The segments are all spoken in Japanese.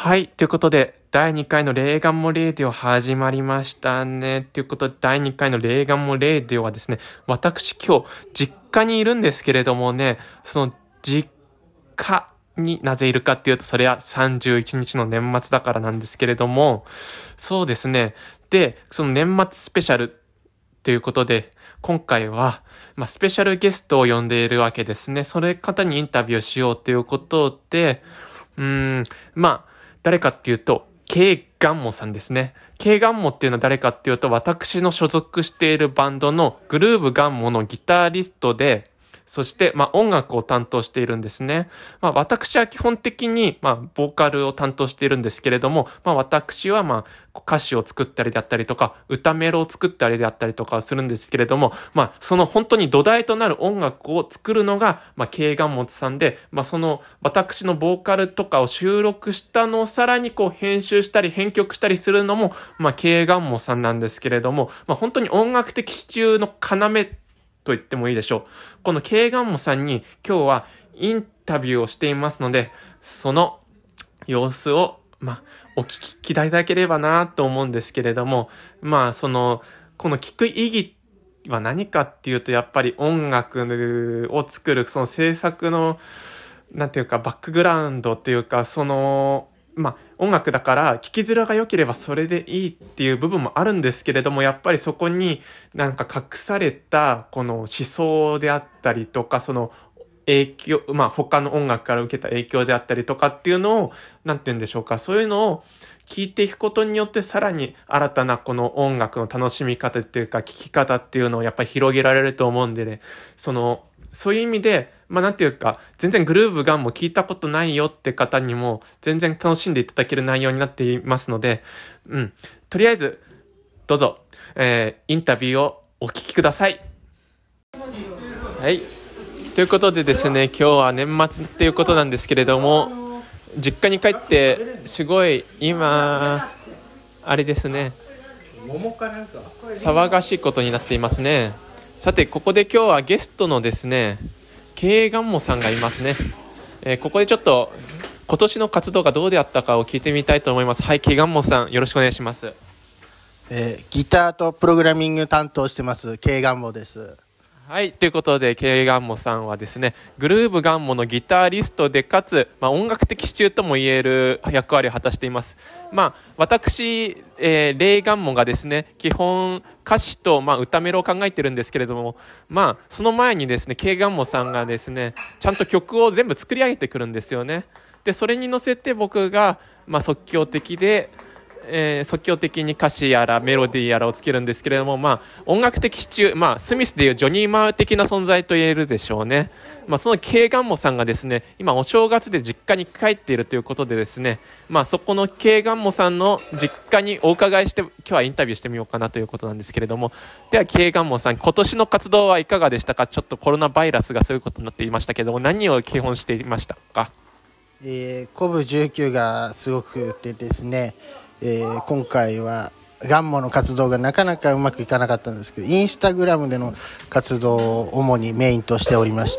はい。ということで、第2回のレーガンモレーディオ始まりましたね。ということで、第2回のレーガンモレーディオはですね、私今日、実家にいるんですけれどもね、その実家になぜいるかっていうと、それは31日の年末だからなんですけれども、そうですね。で、その年末スペシャルということで、今回は、スペシャルゲストを呼んでいるわけですね。それ方にインタビューしようということで、誰かっていうと、K ガンモさんですね。K ガンモっていうのは誰かっていうと、私の所属しているバンドのグルーヴガンモのギタリストで、そして、音楽を担当しているんですね。私は基本的に、ボーカルを担当しているんですけれども、私は、歌詞を作ったりだったりとか、歌メロを作ったりだったりとかするんですけれども、その本当に土台となる音楽を作るのが、K ガンモさんで、その、私のボーカルとかを収録したのをさらに編集したり編曲したりするのも、K ガンモさんなんですけれども、本当に音楽的支柱の要と言ってもいいでしょう。このKガンモさんに今日はインタビューをしていますので、その様子を、お聞きいただければなと思うんですけれども、この聞く意義は何かっていうと、やっぱり音楽を作る、その制作の、バックグラウンドっていうか、音楽だから聞きづらが良ければそれでいいっていう部分もあるんですけれども、やっぱりそこに隠されたこの思想であったりとか、その影響、他の音楽から受けた影響であったりとかっていうのを、そういうのを聞いていくことによってさらに新たなこの音楽の楽しみ方っていうか聞き方っていうのをやっぱり広げられると思うんでね、そういう意味で、全然グルーヴガンも聞いたことないよって方にも、全然楽しんでいただける内容になっていますので、とりあえず、どうぞ、インタビューをお聞きください。はい。ということでですね、今日は年末っていうことなんですけれども、実家に帰って、すごい、今、あれですね、騒がしいことになっていますね。さて、ここで今日はゲストのですね、Kガンモさんがいますね。ここでちょっと今年の活動がどうであったかを聞いてみたいと思います。はい、Kガンモさんよろしくお願いします。 ギターとプログラミング担当してます K ガンモです。 はい、ということで K ガンモさんはですね、グルーヴガンモのギタリストでかつ、音楽的支柱とも言える役割を果たしています。私、レイガンモがですね、基本歌詞と、歌メロを考えてるんですけれども、その前にですね K ガンモさんがですね、ちゃんと曲を全部作り上げてくるんですよね。でそれに乗せて僕が、即興的に歌詞やらメロディーやらをつけるんですけれども、音楽的支柱、スミスでいうジョニー・マー的な存在と言えるでしょうね。そのKガンモさんがですね、今お正月で実家に帰っているということでですね、そこのKガンモさんの実家にお伺いして、今日はインタビューしてみようかなということなんですけれども、ではKガンモさん、今年の活動はいかがでしたか？ちょっとコロナバイラスがそういうことになっていましたけども、何を基本していましたか ？COVID-19 がすごくてですね、今回はガンモの活動がなかなかうまくいかなかったんですけど、インスタグラムでの活動を主にメインとしておりました。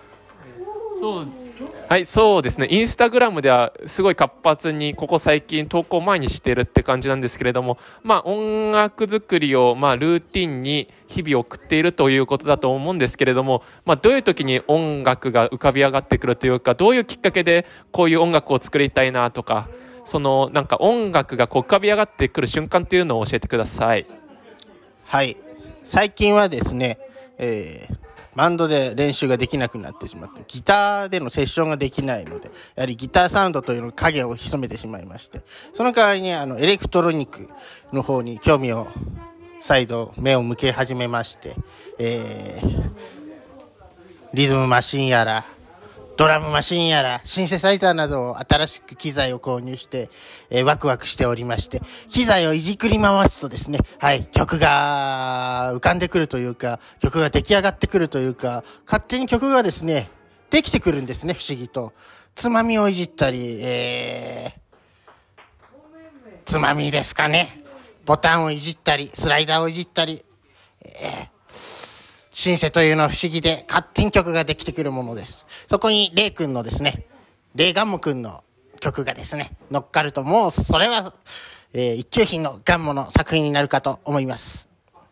そうですね、インスタグラムではすごい活発にここ最近投稿前にしているって感じなんですけれども、音楽作りをルーティンに日々送っているということだと思うんですけれども、どういう時に音楽が浮かび上がってくるというか、どういうきっかけでこういう音楽を作りたいなとか、音楽が浮かび上がってくる瞬間というのを教えてください。 はい、最近はですね、バンドで練習ができなくなってしまって、ギターでのセッションができないので、やはりギターサウンドというの影を潜めてしまいまして、その代わりにエレクトロニックの方に興味を再度目を向け始めまして、リズムマシンやらドラムマシンやらシンセサイザーなどを新しく機材を購入して、ワクワクしておりまして、機材をいじくり回すとですね、曲が浮かんでくるというか、曲が出来上がってくるというか、勝手に曲がですねできてくるんですね。不思議とつまみをいじったり、つまみですかね、ボタンをいじったりスライダーをいじったり、シンセというのは不思議で勝手に曲ができてくるものです。そこにレイ君のですね、レイガンモ君の曲がですね、乗っかるともうそれは、一級品のガンモの作品になるかと思います。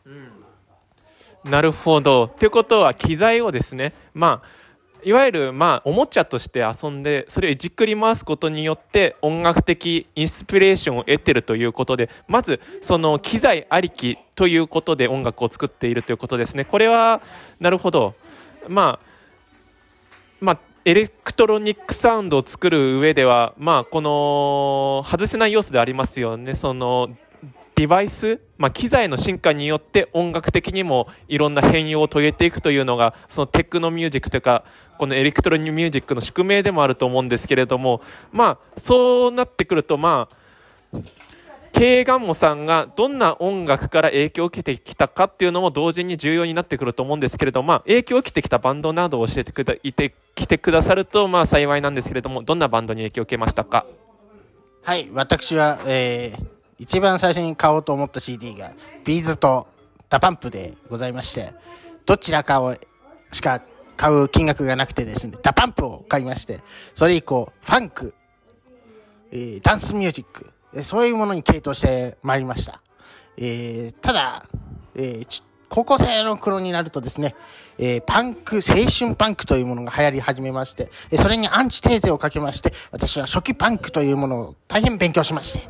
なるほど。ということは機材をですね、いわゆるおもちゃとして遊んでそれをいじくり回すことによって音楽的インスピレーションを得ているということで、まずその機材ありきということで音楽を作っているということですね。これはなるほど。エレクトロニックサウンドを作る上ではこの外せない要素でありますよね。そのデバイス、機材の進化によって音楽的にもいろんな変容を遂げていくというのがそのテクノミュージックというかこのエレクトロニックミュージックの宿命でもあると思うんですけれども、そうなってくるとKガンモさんがどんな音楽から影響を受けてきたかっていうのも同時に重要になってくると思うんですけれども、影響を受けてきたバンドなどを教えてきてくださると幸いなんですけれども、どんなバンドに影響を受けましたか？ はい、私は、一番最初に買おうと思った CD がビーズとダパンプでございまして、どちらかをしか買う金額がなくてですね、ダパンプを買いまして、それ以降ファンク、ダンスミュージック、そういうものに傾倒してまいりました。ただ、高校生の頃になるとですね、パンク、青春パンクというものが流行り始めまして、それにアンチテーゼをかけまして、私は初期パンクというものを大変勉強しまして、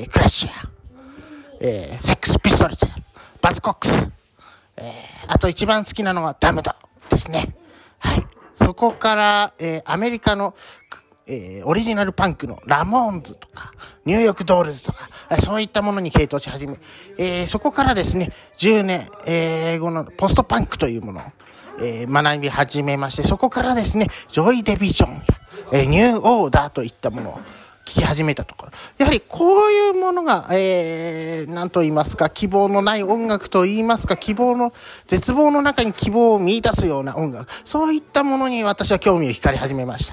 クラッシュや、セックスピストルズ、バズコックス、あと一番好きなのはダムドですね。はい。そこから、アメリカのオリジナルパンクのラモーンズとかニューヨークドールズとかそういったものに傾倒し始め、そこからですね10年、後のポストパンクというものを、学び始めまして、そこからですねジョイ・デビジョンや、ニューオーダーといったものを聞き始めたところ、やはりこういうものが、何と言いますか、希望のない音楽と言いますか、絶望の中に希望を見出すような音楽、そういったものに私は興味を惹かれ始めました。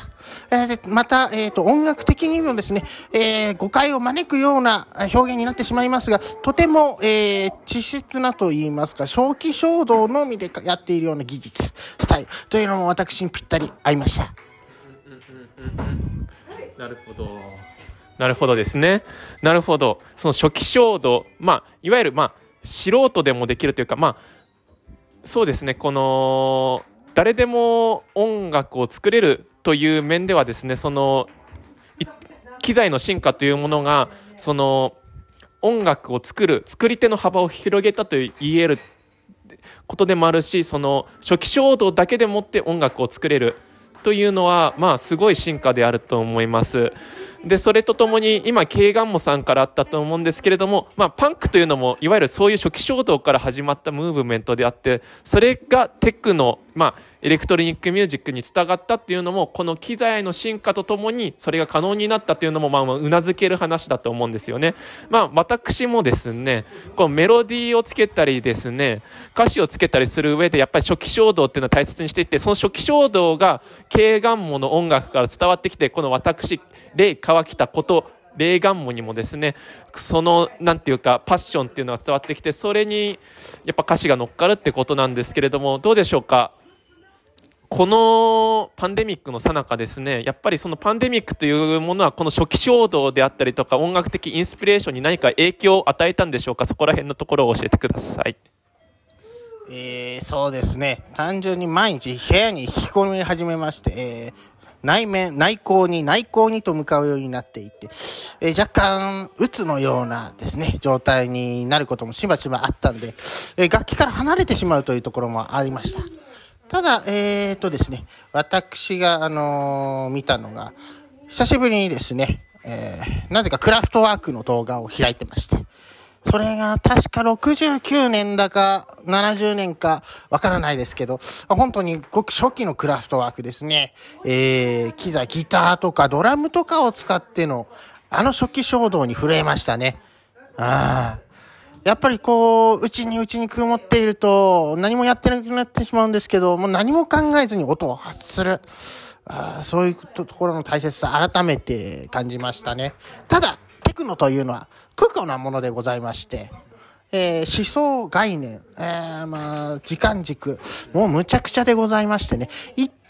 でまた、音楽的にもですね、誤解を招くような表現になってしまいますが、とても、稚拙なと言いますか、正気衝動のみでやっているような技術スタイルというのも私にぴったり合いました。 なるほど。なるほどですね。なるほど。その初期衝動、いわゆる素人でもできるというか、そうですね。この誰でも音楽を作れるという面ではですね、その機材の進化というものがその音楽を作り手の幅を広げたと言えることでもあるし、その初期衝動だけでもって音楽を作れるというのはすごい進化であると思います。でそれとともに今Kガンモさんからあったと思うんですけれども、パンクというのもいわゆるそういう初期衝動から始まったムーブメントであって、それがテクノ、エレクトロニックミュージックに伝わったっていうのもこの機材の進化とともにそれが可能になったというのもうなずける話だと思うんですよね。私もですねこのメロディーをつけたりですね歌詞をつけたりする上でやっぱり初期衝動っていうのを大切にしていって、その初期衝動がKガンモの音楽から伝わってきて、この私レイ川北ことレイガンモにもですねそのなんていうかパッションっていうのが伝わってきて、それにやっぱ歌詞が乗っかるってことなんですけれども、どうでしょうか。このパンデミックの最中ですね、やっぱりそのパンデミックというものはこの初期衝動であったりとか音楽的インスピレーションに何か影響を与えたんでしょうか。そこら辺のところを教えてください。 そうですね、単純に毎日部屋に引き込み始めまして、内向にと向かうようになっていて、若干鬱のようなですね状態になることもしばしばあったんで、楽器から離れてしまうというところもありました。ただですね私が見たのが久しぶりにですね、なぜかクラフトワークの動画を開いてまして、それが確か69年だか70年かわからないですけど、本当にごく初期のクラフトワークですね。機材、ギターとかドラムとかを使っての初期衝動に震えましたね。やっぱり内に曇っていると何もやってなくなってしまうんですけど、もう何も考えずに音を発する。そういうところの大切さ改めて感じましたね。ただテクノというのは空虚なものでございまして、思想概念、時間軸もうむちゃくちゃでございましてね、一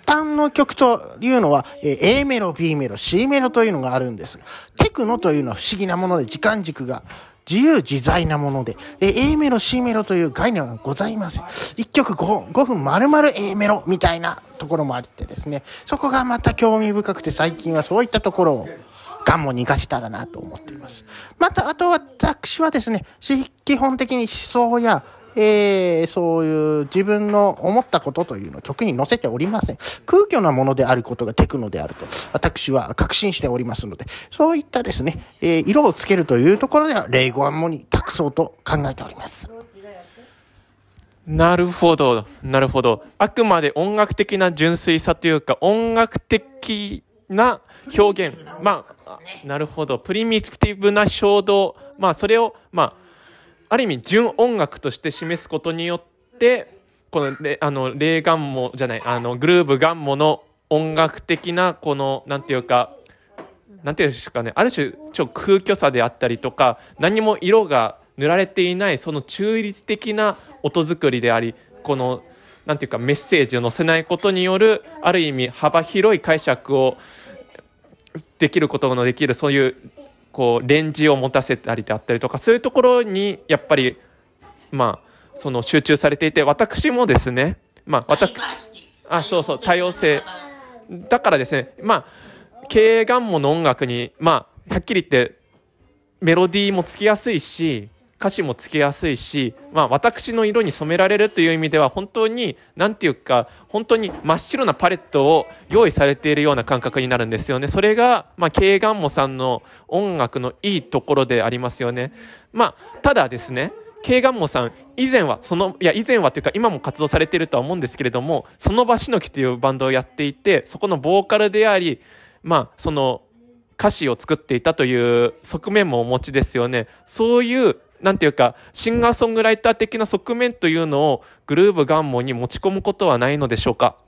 般の曲というのは、A メロ、B メロ、C メロというのがあるんですが、テクノというのは不思議なもので時間軸が自由自在なもので、A メロ、C メロという概念はございません。1曲 5分丸々 A メロみたいなところもあってですね、そこがまた興味深くて、最近はそういったところをガンモに活かせたらなと思っています。また、あと私はですね、基本的に思想や、そういう自分の思ったことというのを曲に載せておりません。空虚なものであることがテクノであると私は確信しておりますので、そういったですね、色をつけるというところではレイゴアンモに託そうと考えております。 なるほど、なるほど。あくまで音楽的な純粋さというか、音楽的な表現。まあ、なるほど。プリミティブな衝動。まあ、それを、ある意味純音楽として示すことによってこのレイガンモじゃないグルーブガンモの音楽的なこのなんていうかなんていうんですかね、ある種空虚さであったりとか、何も色が塗られていないその中立的な音作りであり、このなんていうかメッセージを載せないことによるある意味幅広い解釈をできることのできる、そういうこうレンジを持たせたりであったりとか、そういうところにやっぱりその集中されていて、私もですね、そう多様性だからですね、軽ガンモの音楽にはっきり言ってメロディーもつきやすいし歌詞もつけやすいし、私の色に染められるという意味では本当になんていうか本当に真っ白なパレットを用意されているような感覚になるんですよね。それが軽ガンモさんの音楽のいいところでありますよね。ただですね、軽ガンモさん以前はというか今も活動されているとは思うんですけれども、その場しのぎというバンドをやっていて、そこのボーカルでありその歌詞を作っていたという側面もお持ちですよね。そういうなんていうかシンガーソングライター的な側面というのをグルーブガンモに持ち込むことはないのでしょうか。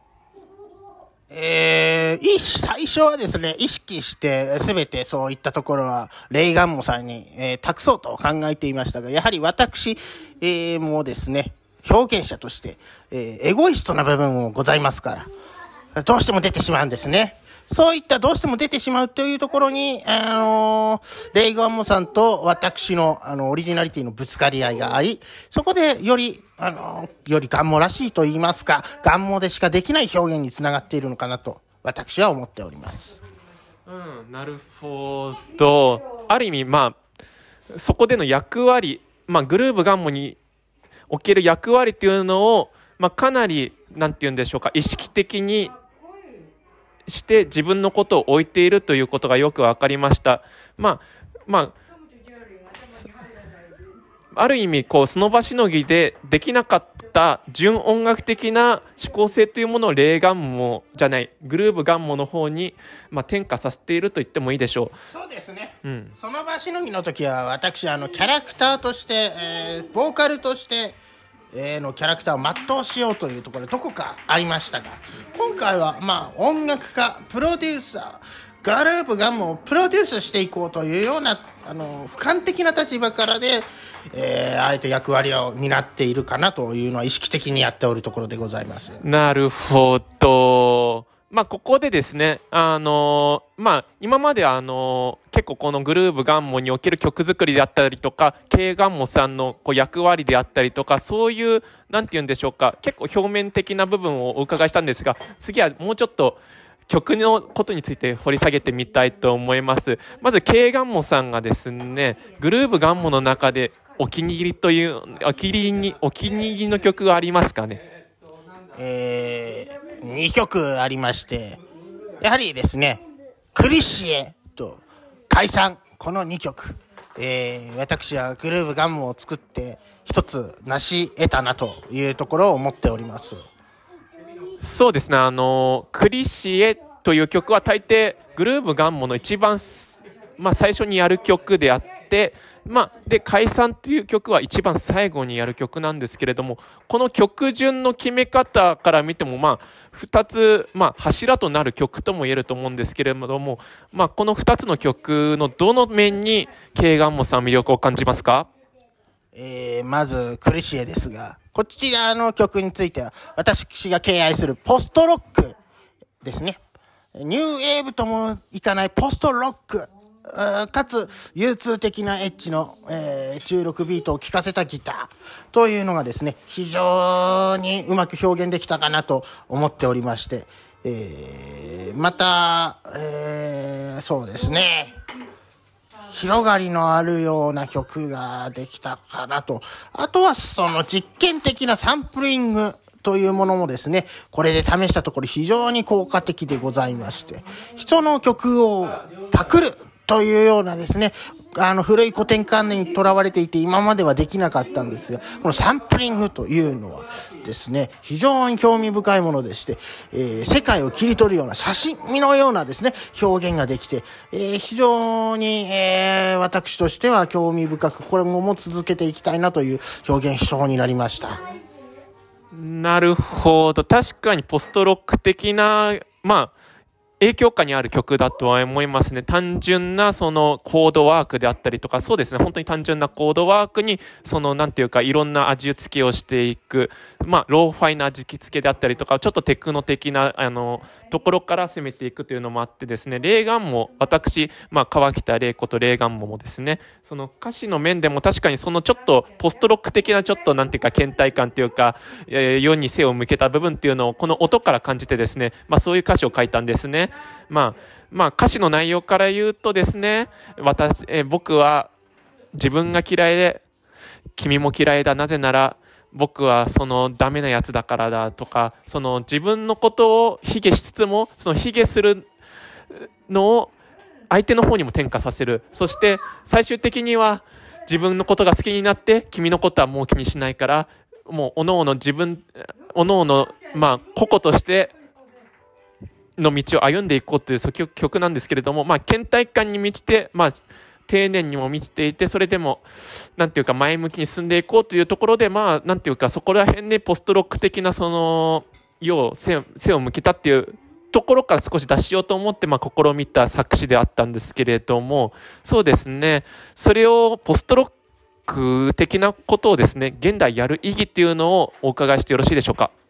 最初はですね、意識して全てそういったところはレイガンモさんに、託そうと考えていましたが、やはり私、もですね、表現者として、エゴイストな部分もございますから、どうしても出てしまうんですね。そういったどうしても出てしまうというところに、レイガンモさんと私の、オリジナリティのぶつかり合いがあり、そこでよりガンモらしいと言いますか、ガンモでしかできない表現につながっているのかなと、私は思っております。 なるほど。ある意味、そこでの役割、グルーブガンモにおける役割というのを、かなり、なんて言うんでしょうか、意識的にして自分のことを置いているということがよく分かりました。ある意味その場しのぎでできなかった純音楽的な思考性というものをグルーブガンモの方に転化させていると言ってもいいでしょう。 そうですね、その場しのぎの時は私キャラクターとして、ボーカルとしてのキャラクターを全うしようというところどこかありましたが、今回は音楽家プロデューサーグループガンモをプロデュースしていこうというような俯瞰的な立場からで、あえて役割を担っているかなというのは意識的にやっておるところでございます。 なるほど。ここでですね、今まで結構このグルーブガンモにおける曲作りであったりとか、軽ガンモさんの役割であったりとか、そういうなんて言うんでしょうか、結構表面的な部分をお伺いしたんですが、次はもうちょっと曲のことについて掘り下げてみたいと思います。まず軽ガンモさんがですね、グルーブガンモの中でお気に入りの曲がありますかね。 2曲ありまして、やはりですね、クリシエと解散、この2曲、私はグルーブガンモを作って一つ成し得たなというところを思っております。 そうですね、クリシエという曲は大抵グルーブガンモの一番、最初にやる曲であって、で解散という曲は一番最後にやる曲なんですけれども、この曲順の決め方から見ても2つ、柱となる曲とも言えると思うんですけれども、この2つの曲のどの面に軽ガンモさん魅力を感じますか？ まずクリシエですが、こちらの曲については私が敬愛するポストロックですね。ニューウェーブともいかないポストロック、かつ融通的なエッジの、中録ビートを聴かせたギターというのがですね、非常にうまく表現できたかなと思っておりまして、また、そうですね、広がりのあるような曲ができたかなと。あとはその実験的なサンプリングというものもですね、これで試したところ非常に効果的でございまして、人の曲をパクるというようなですね、古い古典観念にとらわれていて今まではできなかったんですが、このサンプリングというのはですね、非常に興味深いものでして、世界を切り取るような写真のようなですね、表現ができて、非常に、私としては興味深く、これも続けていきたいなという表現手法になりました。 なるほど。確かにポストロック的な、影響下にある曲だとは思いますね。単純なそのコードワークであったりとか、そうですね、本当に単純なコードワークに、なんていうか、いろんな味付けをしていく、ローファイな味付けであったりとか、ちょっとテクノ的な、ところから攻めていくというのもあってですね、レーガンも、私、川北玲子とレーガンもですね、その歌詞の面でも確かにそのちょっとポストロック的なちょっとなんていうか、倦怠感というか、世に背を向けた部分っていうのを、この音から感じてですね、そういう歌詞を書いたんですね。歌詞の内容から言うとですね、僕は自分が嫌いで君も嫌いだ、なぜなら僕はそのダメなやつだからだとか、その自分のことを卑下しつつも、その卑下するのを相手の方にも転嫁させる。そして最終的には自分のことが好きになって君のことはもう気にしないから、もうおのおの個々としての道を歩んでいこうというそういう曲なんですけれども、倦怠感に満ちて、丁寧にも満ちていて、それでもなんていうか前向きに進んでいこうというところで、なんていうかそこら辺でポストロック的なその背を向けたっていうところから少し出しようと思って試みた作詞であったんですけれども、そうですね、それをポストロック的なことをですね、現代やる意義っていうのをお伺いしてよろしいでしょうか。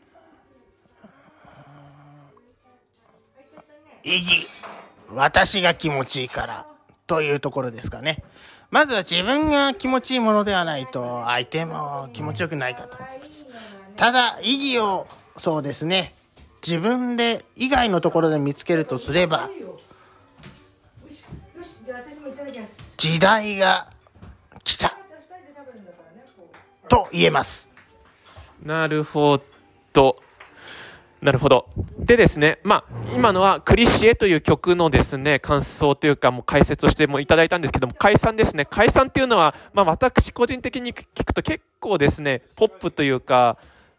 意義、私が気持ちいいからというところですかね。まずは自分が気持ちいいものではないと相手も気持ちよくないかと思います。ただ意義をそうですね、自分で以外のところで見つけるとすれば、時代が来たと言えます。 なるほど。なるほど。でですね、今のはクリシエという曲のですね、感想というかもう解説をしてもいただいたんですけども、解散ですね。解散っていうのは、私個人的に聞くと結構ですね、ポップというか、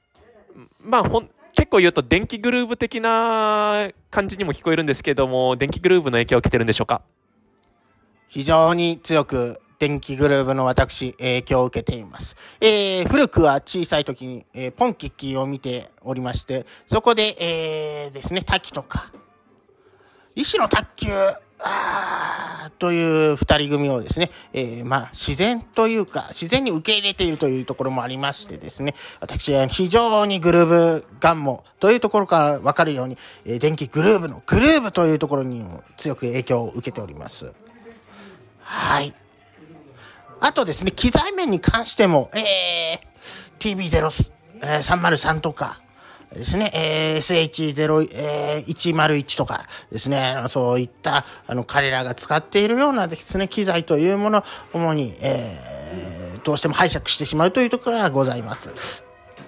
結構言うと電気グルーヴ的な感じにも聞こえるんですけども、電気グルーヴの影響を受けてるんでしょうか？ 非常に強く電気グルーヴの私、影響を受けています。古くは小さい時に、ポンキッキーを見ておりまして、そこで、ですね、滝とか、石の卓球、という二人組をですね、自然というか、自然に受け入れているというところもありましてですね、私は非常にグルーヴ願望というところからわかるように、電気グルーヴのグルーヴというところにも強く影響を受けております。はい。あとですね、機材面に関しても、TB03 とかですね、SH0101 とかですね、そういった彼らが使っているようなですね、機材というものを主に、どうしても拝借してしまうというところがございます。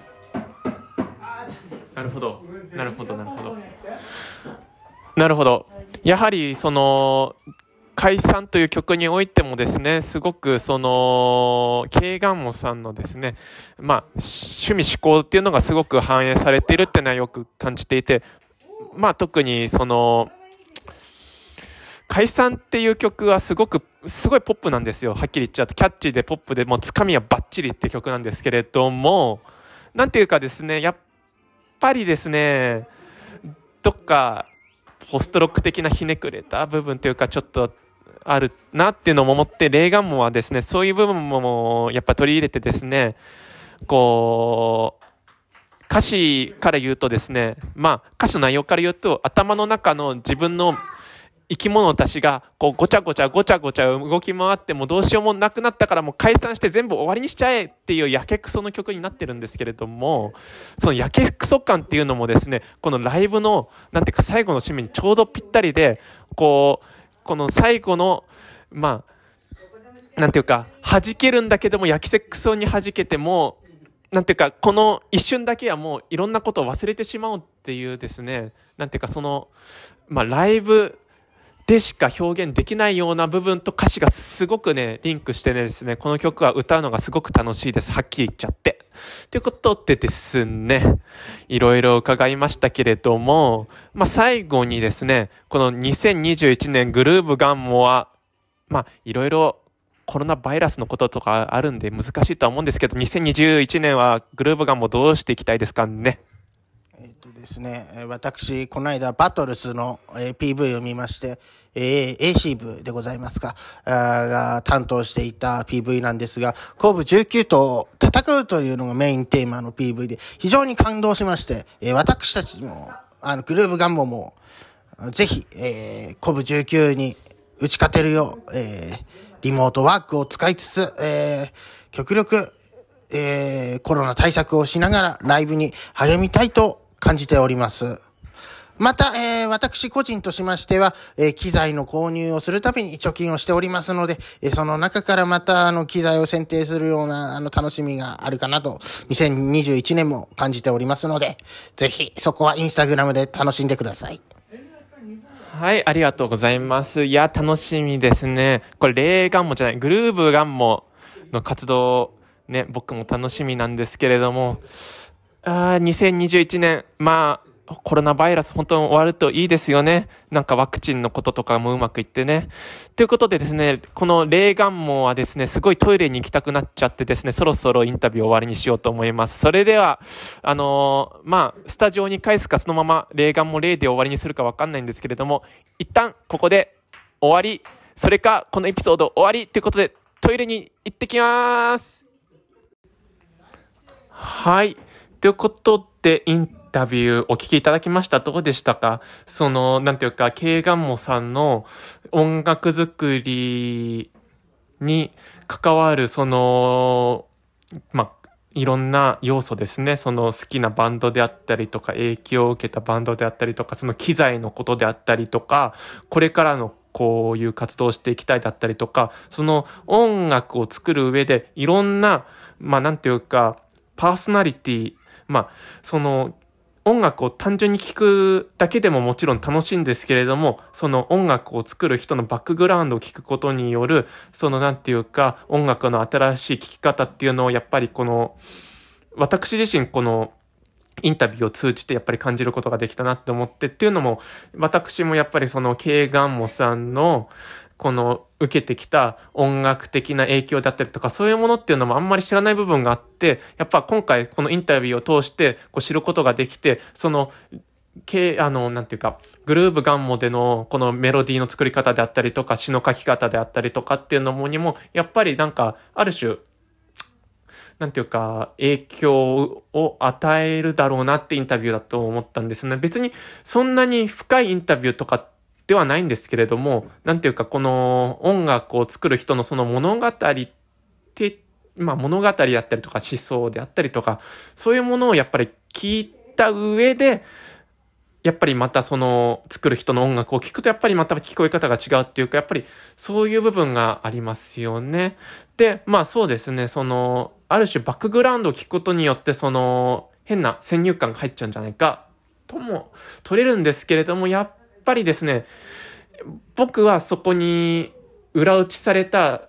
なるほど。なるほど。なるほど。なるほど。やはりその解散という曲においてもですね、すごくそのケイガンモさんのですね、趣味思考っていうのがすごく反映されているっていうのはよく感じていて、特にその解散っていう曲はすごいポップなんですよ。はっきり言っちゃうとキャッチーでポップでもうつかみはバッチリって曲なんですけれども、なんていうかですね、やっぱりですね、どっかポストロック的なひねくれた部分というかちょっとあるなっていうのも思って、レーガンモはですね、そういう部分もやっぱ取り入れてですね、こう歌詞から言うとですね、まあ歌詞の内容から言うと、頭の中の自分の生き物たちがこうごちゃごちゃ動き回ってもどうしようもなくなったからもう解散して全部終わりにしちゃえっていうやけくその曲になってるんですけれども、そのやけくそ感っていうのもですね、このライブのなんていうか最後の締めにちょうどぴったりで、この最後のまあなんていうか弾けるんだけどもやけくそに弾けてもなんていうかこの一瞬だけはもういろんなことを忘れてしまうっていうですね、なんていうかそのライブでしか表現できないような部分と歌詞がすごくねリンクしてねですね、この曲は歌うのがすごく楽しいです。はっきり言っちゃって。ということでですね、いろいろ伺いましたけれども、最後にですね、この2021年グルーヴガンモはいろいろコロナバイラスのこととかあるんで難しいとは思うんですけど、2021年はグルーヴガンモどうしていきたいですかね。 ですね、私、この間、バトルスの、PV を見まして、AC 部でございますか、が担当していた PV なんですが、後部19と戦うというのがメインテーマの PV で、非常に感動しまして、私たちも、グルーヴガンモも、ぜひ、後部19に打ち勝てるよう、リモートワークを使いつつ、極力、コロナ対策をしながらライブに励みたいと感じております。また、私個人としましては、機材の購入をするために貯金をしておりますので、その中からまた機材を選定するような楽しみがあるかなと、2021年も感じておりますので、ぜひそこはインスタグラムで楽しんでください。 はい、ありがとうございます。いや、楽しみですね。これ、レーガンモじゃない、グルーヴガンモの活動、ね、僕も楽しみなんですけれども、2021年、コロナバイラス本当に終わるといいですよね。なんかワクチンのこととかもうまくいってね。ということでですね、このレーガンモはですね、すごいトイレに行きたくなっちゃってですね、そろそろインタビュー終わりにしようと思います。それでは、スタジオに返すかそのままレーガンモレーで終わりにするかわかんないんですけれども、一旦ここで終わり、それかこのエピソード終わりということで、トイレに行ってきます。はい。ということで、インタビューお聞きいただきました。どうでしたか？なんていうか、ケイガンモさんの音楽作りに関わる、いろんな要素ですね。好きなバンドであったりとか、影響を受けたバンドであったりとか、その機材のことであったりとか、これからのこういう活動をしていきたいだったりとか、その音楽を作る上でいろんな、なんていうか、パーソナリティ、音楽を単純に聴くだけでももちろん楽しいんですけれども、その音楽を作る人のバックグラウンドを聞くことによる、なんていうか、音楽の新しい聴き方っていうのをやっぱり私自身このインタビューを通じてやっぱり感じることができたなって思ってっていうのも、私もやっぱりケイガンモさんの受けてきた音楽的な影響だったりとか、そういうものっていうのもあんまり知らない部分があって、やっぱ今回このインタビューを通して知ることができて、なんていうか、グルーヴガンモでのこのメロディーの作り方であったりとか、詩の書き方であったりとかっていうのにも、やっぱりなんか、ある種、なんていうか、影響を与えるだろうなってインタビューだと思ったんですね。別にそんなに深いインタビューとかではないんですけれども、なんていうか、この音楽を作る人のその物語って、物語だったりとか思想であったりとか、そういうものをやっぱり聞いた上で、やっぱりまた作る人の音楽を聞くとやっぱりまた聞こえ方が違うっていうか、やっぱりそういう部分がありますよね。で、そうですね、ある種バックグラウンドを聞くことによって変な先入観が入っちゃうんじゃないかとも取れるんですけれども、やっぱりですね、僕はそこに裏打ちされた、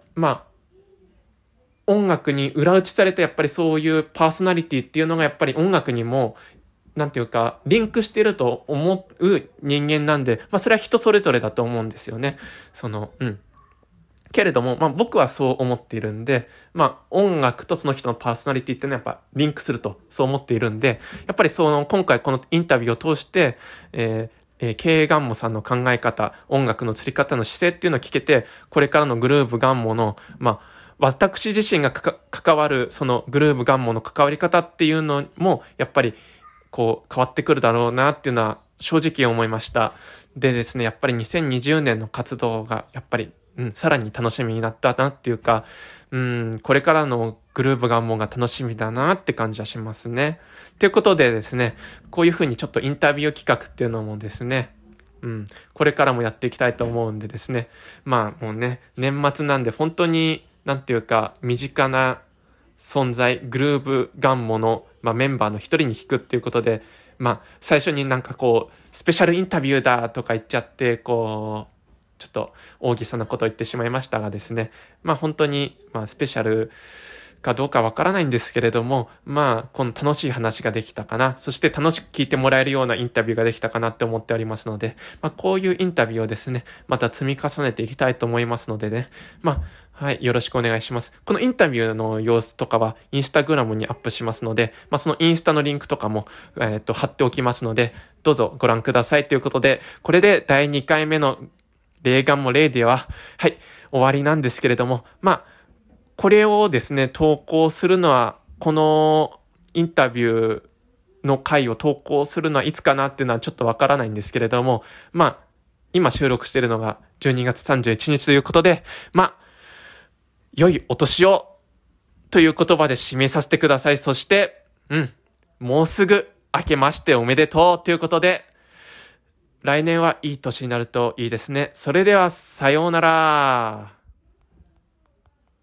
音楽に裏打ちされたやっぱりそういうパーソナリティっていうのがやっぱり音楽にもなんていうかリンクしてると思う人間なんで、それは人それぞれだと思うんですよね。けれども、僕はそう思っているんで、音楽とその人のパーソナリティっていうのはやっぱリンクするとそう思っているんで、やっぱり今回このインタビューを通して、ケイガンモさんの考え方、音楽の作り方の姿勢っていうのを聞けて、これからのグルーヴガンモの、 私自身が関わる、そのグルーヴガンモの関わり方っていうのも、やっぱり、こう、変わってくるだろうなっていうのは、正直思いました。でですね、やっぱり2020年の活動が、やっぱり、さらに楽しみになったなっていうか、これからのグルーヴガンモが楽しみだなって感じはしますね。ということでですね、こういうふうにちょっとインタビュー企画っていうのもですね、これからもやっていきたいと思うんでですね、まあもうね、年末なんで本当に、なんていうか、身近な存在、グルーヴガンモの、メンバーの一人に聞くっていうことで、最初になんかこう、スペシャルインタビューだとか言っちゃって、こう、ちょっと大げさなことを言ってしまいましたがですね、本当に、スペシャルかどうかわからないんですけれども、この楽しい話ができたかな、そして楽しく聞いてもらえるようなインタビューができたかなって思っておりますので、こういうインタビューをですね、また積み重ねていきたいと思いますのでね、はい、よろしくお願いします。このインタビューの様子とかはインスタグラムにアップしますので、そのインスタのリンクとかも、貼っておきますので、どうぞご覧くださいということで、これで第2回目の霊眼も霊では、はい、終わりなんですけれども、これをですね、投稿するのは、このインタビューの回を投稿するのはいつかなっていうのはちょっとわからないんですけれども、今収録しているのが12月31日ということで、良いお年をという言葉で締めさせてください。そして、もうすぐ明けましておめでとうということで、来年はいい年になるといいですね。それでは、さようなら。